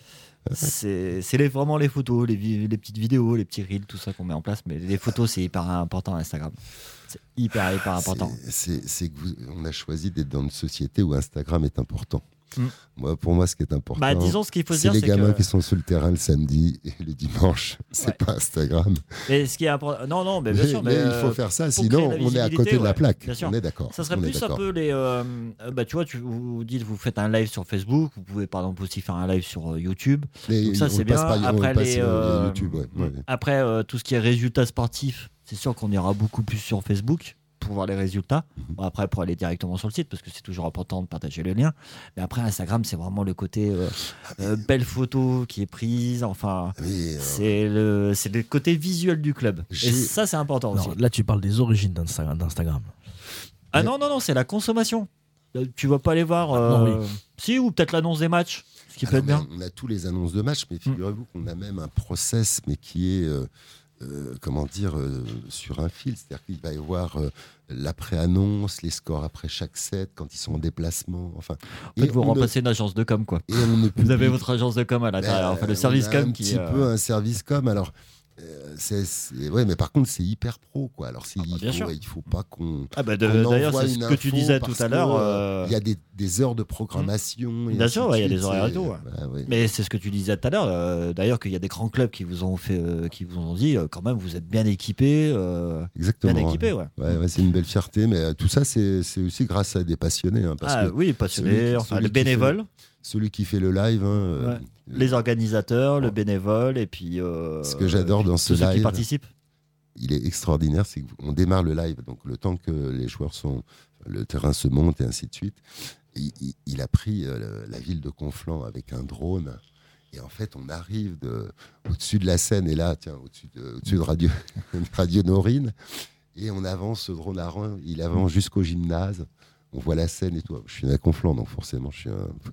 c'est, c'est les, vraiment les photos, les, vi- les petites vidéos, les petits reels, tout ça qu'on met en place. Mais les photos, c'est hyper important à Instagram. C'est hyper hyper important. C'est, c'est, c'est que vous- on a choisi d'être dans une société où Instagram est important. Mm. Moi, pour moi, ce qui est important, Bah, disons ce qu'il faut se c'est dire, les c'est gamins que qui sont sur le terrain le samedi et le dimanche. C'est Ouais. pas Instagram. et ce qui est important. Non, non, mais bien mais, sûr, mais mais, il faut euh, faire ça, pour sinon créer la on est à côté visibilité, de la ouais, plaque. bien sûr. On est d'accord. Ça serait on est plus un d'accord. peu les. euh, euh, bah, tu vois, tu, vous dites, vous faites un live sur Facebook, vous pouvez par exemple aussi faire un live sur euh, YouTube. Mais Donc ça, on c'est passe bien. par- on Après, passe, les, euh, euh, YouTube, ouais, ouais. Après euh, tout ce qui est résultats sportifs, c'est sûr qu'on ira beaucoup plus sur Facebook pour voir les résultats. Mhm. Bon, après, pour aller directement sur le site, parce que c'est toujours important de partager le lien. Mais après, Instagram, c'est vraiment le côté euh, euh, belle photo qui est prise. Enfin, Mais, euh, c'est le, c'est le côté visuel du club. J'ai- Et ça, c'est important aussi. Non, là, tu parles des origines d'Insta- d'Instagram. Ah non, non, non, c'est la consommation. Euh, Tu vas pas aller voir. euh, Non, oui. Si, ou peut-être l'annonce des matchs, ce qui peut alors, être bien. mais on a tous les annonces de match, mais figurez-vous qu'on a même un process, mais qui est, euh, euh, comment dire, euh, sur un fil. C'est-à-dire qu'il va y avoir euh, l'après-annonce, les scores après chaque set, quand ils sont en déplacement. Enfin, En fait, et vous on ne- remplacez une agence de com, quoi. et on ne Vous avez publie- votre agence de com à l'intérieur. Ben, Enfin, le service on a com un qui. petit euh, peu un service com. Alors, euh, c'est, c'est- ouais, mais par contre, c'est hyper pro, quoi. Alors, c'est, Ah, bah, il, bien faut, sûr. il faut pas qu'on. Ah bah de- qu'on d'ailleurs, envoie c'est ce une que tu info disais tout parce à l'heure. que, euh, Il y a des, des heures de programmation. et Bien ainsi sûr, de ouais, il y a suite, des horaires et c'est- tout, ouais. bah, ouais. Mais c'est ce que tu disais tout à l'heure. euh, D'ailleurs, qu'il y a des grands clubs qui vous ont fait, euh, qui vous ont dit, euh, quand même, vous êtes bien équipés, euh, Exactement. bien équipés, ouais. Ouais, ouais, c'est une belle fierté, mais euh, tout ça, c'est, c'est aussi grâce à des passionnés. Hein, parce Ah que oui, celui passionnés, qui- enfin celui les qui fait- bénévoles, celui qui fait le live, hein, euh, Ouais. les organisateurs, le Ouais. bénévole, et puis. euh, Ce que j'adore dans ce tous ceux qui live, participent. il est extraordinaire, c'est qu'on démarre le live, donc le temps que les joueurs sont, le terrain se monte et ainsi de suite. Il, il- il a pris euh, le- la ville de Conflans avec un drone. Et en fait, on arrive de, au-dessus de la scène, et là, tiens, au-dessus de, au-dessus de Radio, Radio Norine, et on avance, ce drone à rang, il avance jusqu'au gymnase. On voit la scène et tout. Je suis né à Conflans, donc forcément, je suis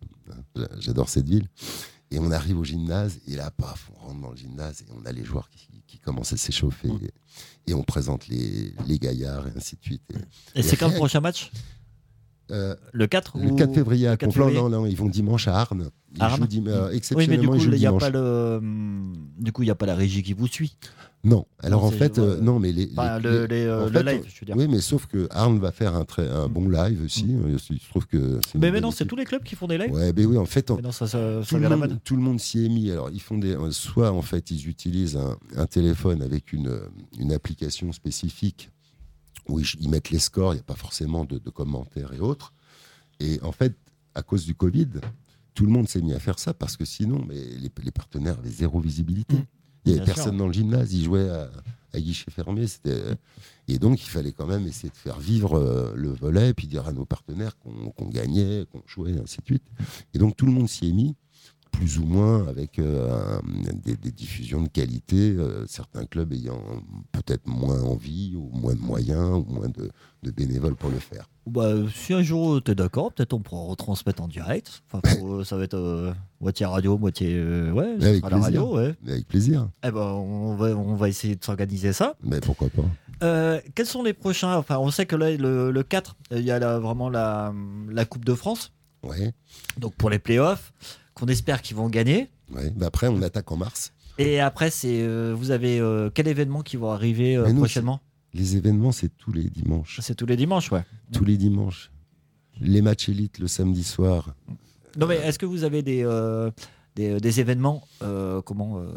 un- j'adore cette ville. Et on arrive au gymnase, et là, paf, on rentre dans le gymnase, et on a les joueurs qui, qui commencent à s'échauffer. Mm. Et, et on présente les, les gaillards, et ainsi de suite. Et, Et c'est Et quand le rien- prochain match Euh, Le quatre Le ou- quatre février à le quatre Conflans, février non, non, ils vont dimanche à Arnes. Ils Arnes jouent dim- euh, Oui, mais exceptionnellement, du coup, ils jouent il y a dimanche. pas le, hum, du coup, il y a pas la régie qui vous suit. Non, alors Non, en c'est- fait, je vois, euh, non, mais les, Enfin, les- le, les- les, euh, en le fait, live, je veux dire. oui, mais sauf que Arnes va faire un, très, un bon live aussi. Il se trouve que. c'est une Mais bonne maintenant, c'est équipe. tous les clubs qui font des lives. Ouais, ben oui, en fait, en- Maintenant, ça, ça, ça tout, le vient à la monde, mode. tout le monde s'y est mis. Alors, ils font des, euh, soit en fait, ils utilisent un, un téléphone avec une, euh, une application spécifique où ils, ils mettent les scores. Il n'y a pas forcément de, de commentaires et autres. Et en fait, à cause du Covid, tout le monde s'est mis à faire ça parce que sinon, mais les, les partenaires avaient zéro visibilité. Mmh. Il n'y avait Bien personne sûr. dans le gymnase. Ils jouaient à, à guichet fermé. C'était... Et donc, il fallait quand même essayer de faire vivre euh, le volet et puis dire à nos partenaires qu'on, qu'on gagnait, qu'on jouait, et ainsi de suite. Et donc, tout le monde s'y est mis, plus ou moins avec euh, un- des, des diffusions de qualité, euh, certains clubs ayant peut-être moins envie ou moins de moyens ou moins de, de bénévoles pour le faire. Bah, si un jour tu es d'accord, peut-être on pourra retransmettre en direct. Enfin, faut- ça va être euh, moitié radio, moitié. euh, ouais, ça Avec sera la plaisir. radio, ouais. Mais avec plaisir. Eh ben, on va, on va essayer de s'organiser ça. Mais pourquoi pas. Euh, quels sont les prochains? Enfin, on sait que là, le, le quatre, il y a la- vraiment la, la Coupe de France. Ouais, Donc pour les playoffs, qu'on espère qu'ils vont gagner. ouais. Bah après, on attaque en mars. Et après, c'est euh, vous avez euh, quel événement qui va arriver euh, Mais nous, prochainement? Les événements, c'est tous les dimanches. C'est tous les dimanches, ouais. Tous les dimanches. Les matchs élites le samedi soir. Non, mais est-ce que vous avez des, euh, des, des événements, euh, comment, euh,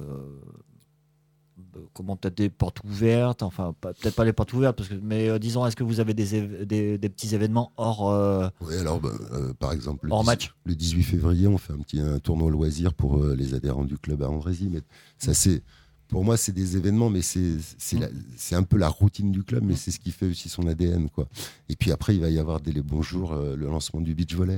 comment peut-être des portes ouvertes, enfin pas- peut-être pas les portes ouvertes, parce que, mais euh, disons, est-ce que vous avez des, éve- des, des petits événements hors, euh, Oui, alors, bah, euh, par exemple, le, hors dix- match? le dix-huit février, on fait un petit un tournoi loisir pour euh, les adhérents du club à Andrézy. Mais ça, c'est, pour moi, c'est des événements, mais c'est, c'est, la- c'est un peu la routine du club, mais c'est ce qui fait aussi son A D N, quoi. Et puis après, il va y avoir dès les bons jours euh, le lancement du beach volley.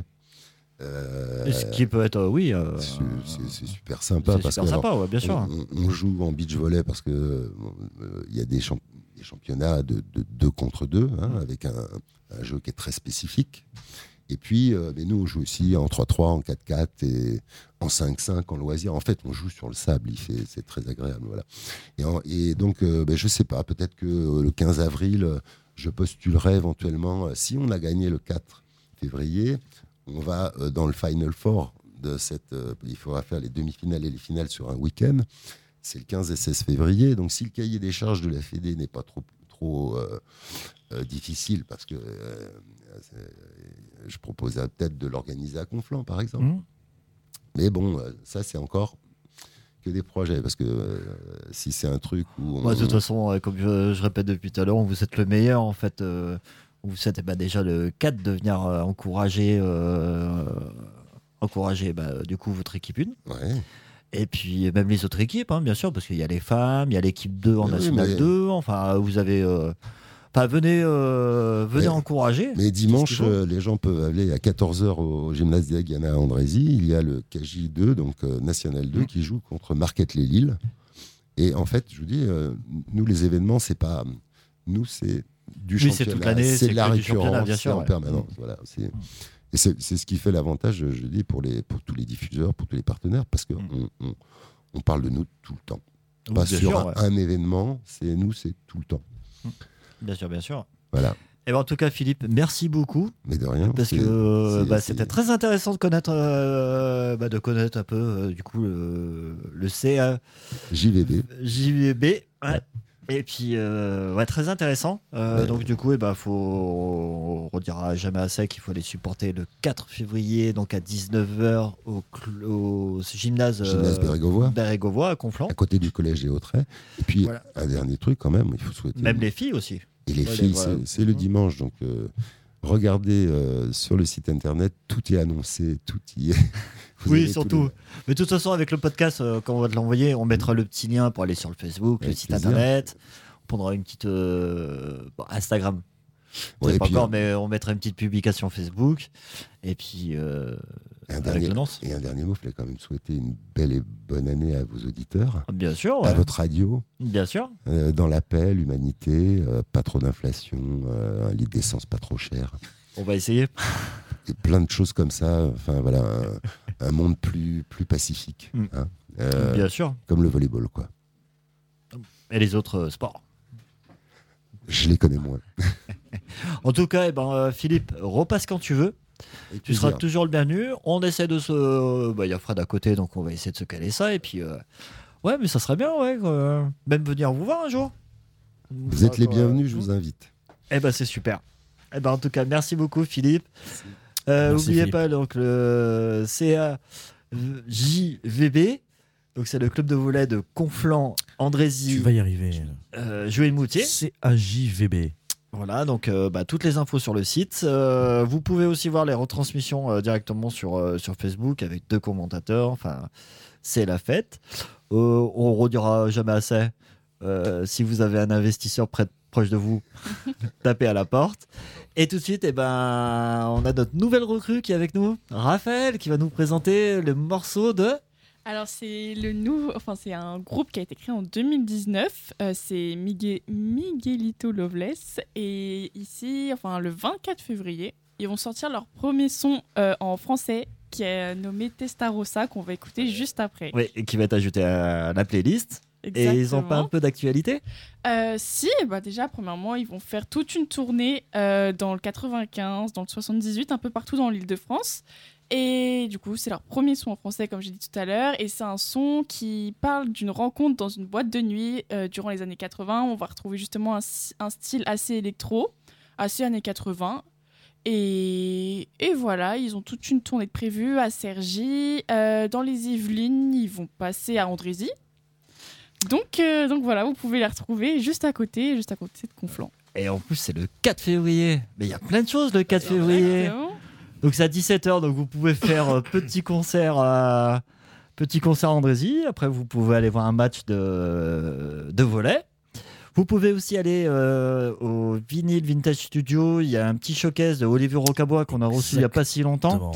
Euh, Ce qui peut être, euh, oui, euh, c'est, c'est- c'est super sympa. c'est parce super que, alors, sympa, ouais, bien sûr. On, on- on joue en beach volley parce que euh, il y a des, champ- des championnats de, de deux contre deux, hein, avec un, un jeu qui est très spécifique. Et puis, euh, mais nous, on joue aussi en trois trois, en quatre quatre et en cinq cinq en loisir. En fait, on joue sur le sable, il fait, c'est très agréable. Voilà. Et, en- et donc, euh, ben, je sais pas, peut-être que euh, le quinze avril, euh, je postulerai éventuellement, euh, si on a gagné le quatre février, on va euh, dans le Final Four de cette. euh, il faudra faire les demi-finales et les finales sur un week-end. C'est le quinze et seize février. Donc, si le cahier des charges de la Fédé n'est pas trop, trop euh, euh, difficile, parce que euh, c'est- je proposais peut-être de l'organiser à Conflans, par exemple. Mmh. Mais bon, euh, ça, c'est encore que des projets, parce que euh, si c'est un truc où. On, Moi, de toute façon, euh, comme je, je répète depuis tout à l'heure, vous êtes le meilleur en fait. euh, vous êtes eh ben, déjà le quatre de venir euh, encourager, euh, encourager bah, du coup votre équipe une. Ouais. Et puis même les autres équipes, hein, bien sûr, parce qu'il y a les femmes, il y a l'équipe deux en Oui, National mais- deux. Enfin, vous avez. euh, Enfin, venez, euh, venez Mais- encourager. Mais dimanche, qu'il faut. euh, les gens peuvent aller à quatorze heures au gymnase Diagana à Andrézy. Il y a le K J deux, donc euh, National deux, Mm. qui joue contre Marquette-les-Lilles. Et en fait, je vous dis, euh, nous, les événements, c'est pas. Nous, c'est du Oui, c'est championnat. toute l'année, c'est c'est de la que du championnat, récurrence, bien c'est sûr, en ouais. permanence. Voilà, c'est, et c'est, c'est ce qui fait l'avantage, je dis, pour, les, pour tous les diffuseurs, pour tous les partenaires, parce qu'on Mm. on, on parle de nous tout le temps. Oui, Pas bien sur sûr, un, ouais. un événement, c'est nous, c'est tout le temps. Bien sûr, bien sûr. Voilà. Et ben, en tout cas, Philippe, merci beaucoup. Mais de rien. Parce c'est- que euh, c'est- bah, c'est- c'était très intéressant de connaître, euh, bah, de connaître un peu euh, du coup le, le C A J V B. J V B. Ouais. Et puis, euh, ouais, très intéressant. Euh, Ouais. Donc, du coup, eh ben, faut, on redira jamais assez qu'il faut aller supporter le quatre février, donc à dix-neuf heures, au, cl- au gymnase, Gymnase Bérégovois. Bérégovois à Conflans. À côté du collège et Autrey. Et puis, Voilà. un dernier truc quand même, il faut souhaiter. Même les filles aussi. Et les Ouais, filles, les- voilà. c'est, c'est le Mhm. dimanche. Donc, euh, regardez euh, sur le site internet, tout est annoncé, tout y est. Vous Oui, avez tous surtout. les- Mais de toute façon, avec le podcast, euh, quand on va te l'envoyer, on mettra le petit lien pour aller sur le Facebook, le Avec site plaisir. internet. On prendra une petite euh, bon, Instagram. Ouais, C'est et pas puis, encore, mais on mettra une petite publication Facebook. Et puis, euh, un avec dernier, l'annonce. et un dernier mot, il fallait quand même souhaiter une belle et bonne année à vos auditeurs, Bien sûr, à ouais. votre radio, Bien sûr. euh, dans l'appel, humanité, euh, pas trop d'inflation, euh, un litre d'essence pas trop cher, On va essayer. et plein de choses comme ça. Enfin voilà, un, un monde plus, plus pacifique, Mm. hein, euh, Bien sûr. comme le volleyball, quoi. Et les autres euh, sports. Je les connais moins. En tout cas, eh ben, euh, Philippe, repasse quand tu veux. Avec Tu seras plaisir. toujours le bienvenu. On essaie de se. Bah, il y a Fred à côté, donc on va essayer de se caler ça. Et puis, euh, ouais, mais ça serait bien, ouais. euh, Même venir vous voir un jour. Vous êtes les bienvenus, je vous invite. Eh ben, c'est super. Eh ben, en tout cas, merci beaucoup, Philippe. Euh, Merci, N'oubliez Philippe. pas donc le C A J V B. Donc, c'est le club de volley de Tu Conflans-Andrézy, vas y arriver. euh, Joué-le-Moutier. C A J V B. Voilà, donc euh, bah, toutes les infos sur le site. Euh, vous pouvez aussi voir les retransmissions euh, directement sur, euh, sur Facebook avec deux commentateurs. Enfin, c'est la fête. Euh, on ne redira jamais assez. Euh, si vous avez un investisseur près, proche de vous, tapez à la porte. Et tout de suite, eh ben, on a notre nouvelle recrue qui est avec nous, Raphaël, qui va nous présenter le morceau de... Alors c'est le nouveau, enfin c'est un groupe qui a été créé en deux mille dix-neuf. Euh, c'est Miguel, Miguelito Loveless et ici, enfin le vingt-quatre février, ils vont sortir leur premier son euh, en français qui est nommé Testarossa qu'on va écouter juste après. Oui, et qui va être ajouté à la playlist. Et ils n'ont pas un peu d'actualité? Euh, si, bah déjà, premièrement, ils vont faire toute une tournée euh, dans le quatre-vingt-quinze, dans le soixante-dix-huit, un peu partout dans l'Île-de-France. Et du coup, c'est leur premier son en français, comme j'ai dit tout à l'heure. Et c'est un son qui parle d'une rencontre dans une boîte de nuit euh, durant les années quatre-vingts. On va retrouver justement un, un style assez électro, assez années quatre-vingts. Et, et voilà, ils ont toute une tournée de prévue à Cergy. Euh, dans les Yvelines, ils vont passer à Andrézy. Donc, euh, donc voilà, vous pouvez les retrouver juste à côté, juste à côté de Conflans. Et en plus, c'est le quatre février. Mais il y a plein de choses le quatre février. Exactement. Donc c'est à dix-sept heures, donc vous pouvez faire euh, petit concert à petit concert à Andrézy. Après, vous pouvez aller voir un match de, de volley. Vous pouvez aussi aller euh, au Vinyl Vintage Studio. Il y a un petit showcase de Olivier Rocabois qu'on a reçu il n'y a pas si longtemps.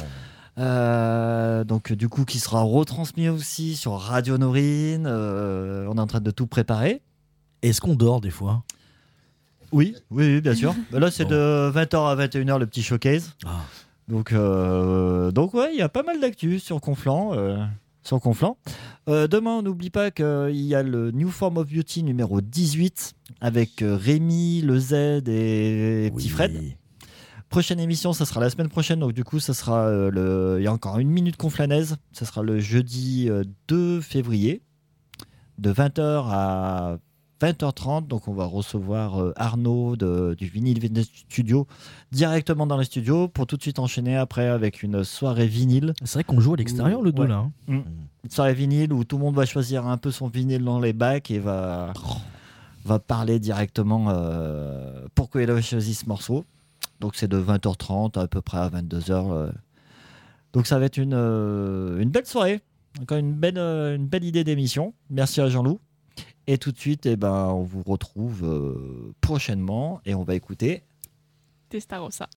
Euh, donc du coup qui sera retransmis aussi sur Radio Norine. Euh, on est en train de tout préparer. Est-ce qu'on dort des fois? Oui, oui, oui, bien sûr. Là c'est Bon. de vingt heures à vingt et une heures le petit showcase. Ah. Donc, euh, donc ouais, il y a pas mal d'actu sur Conflans. Euh, sur Conflans. Euh, demain, on n'oublie pas qu'il y a le New Form of Beauty numéro dix-huit avec euh, Rémi, le Z et, et Petit Oui. Fred. Prochaine émission, ça sera la semaine prochaine. Donc du coup, ça sera euh, le... il y a encore une minute conflanaise. Ça sera le jeudi euh, deux février de vingt heures à vingt heures trente. Donc on va recevoir euh, Arnaud de, du Vinyl Vintage Studio directement dans les studios pour tout de suite enchaîner après avec une soirée vinyle. C'est vrai qu'on joue à l'extérieur le deux Ouais. là. hein. Mm. Une soirée vinyle où tout le monde va choisir un peu son vinyle dans les bacs et va, va parler directement euh, pourquoi il a choisi ce morceau. Donc c'est de vingt heures trente à peu près à vingt-deux heures. euh. Donc ça va être une, euh, une belle soirée. Encore une belle, euh, une belle idée d'émission. Merci à Jean-Loup. Et tout de suite, eh ben, on vous retrouve euh, prochainement et on va écouter Testarossa.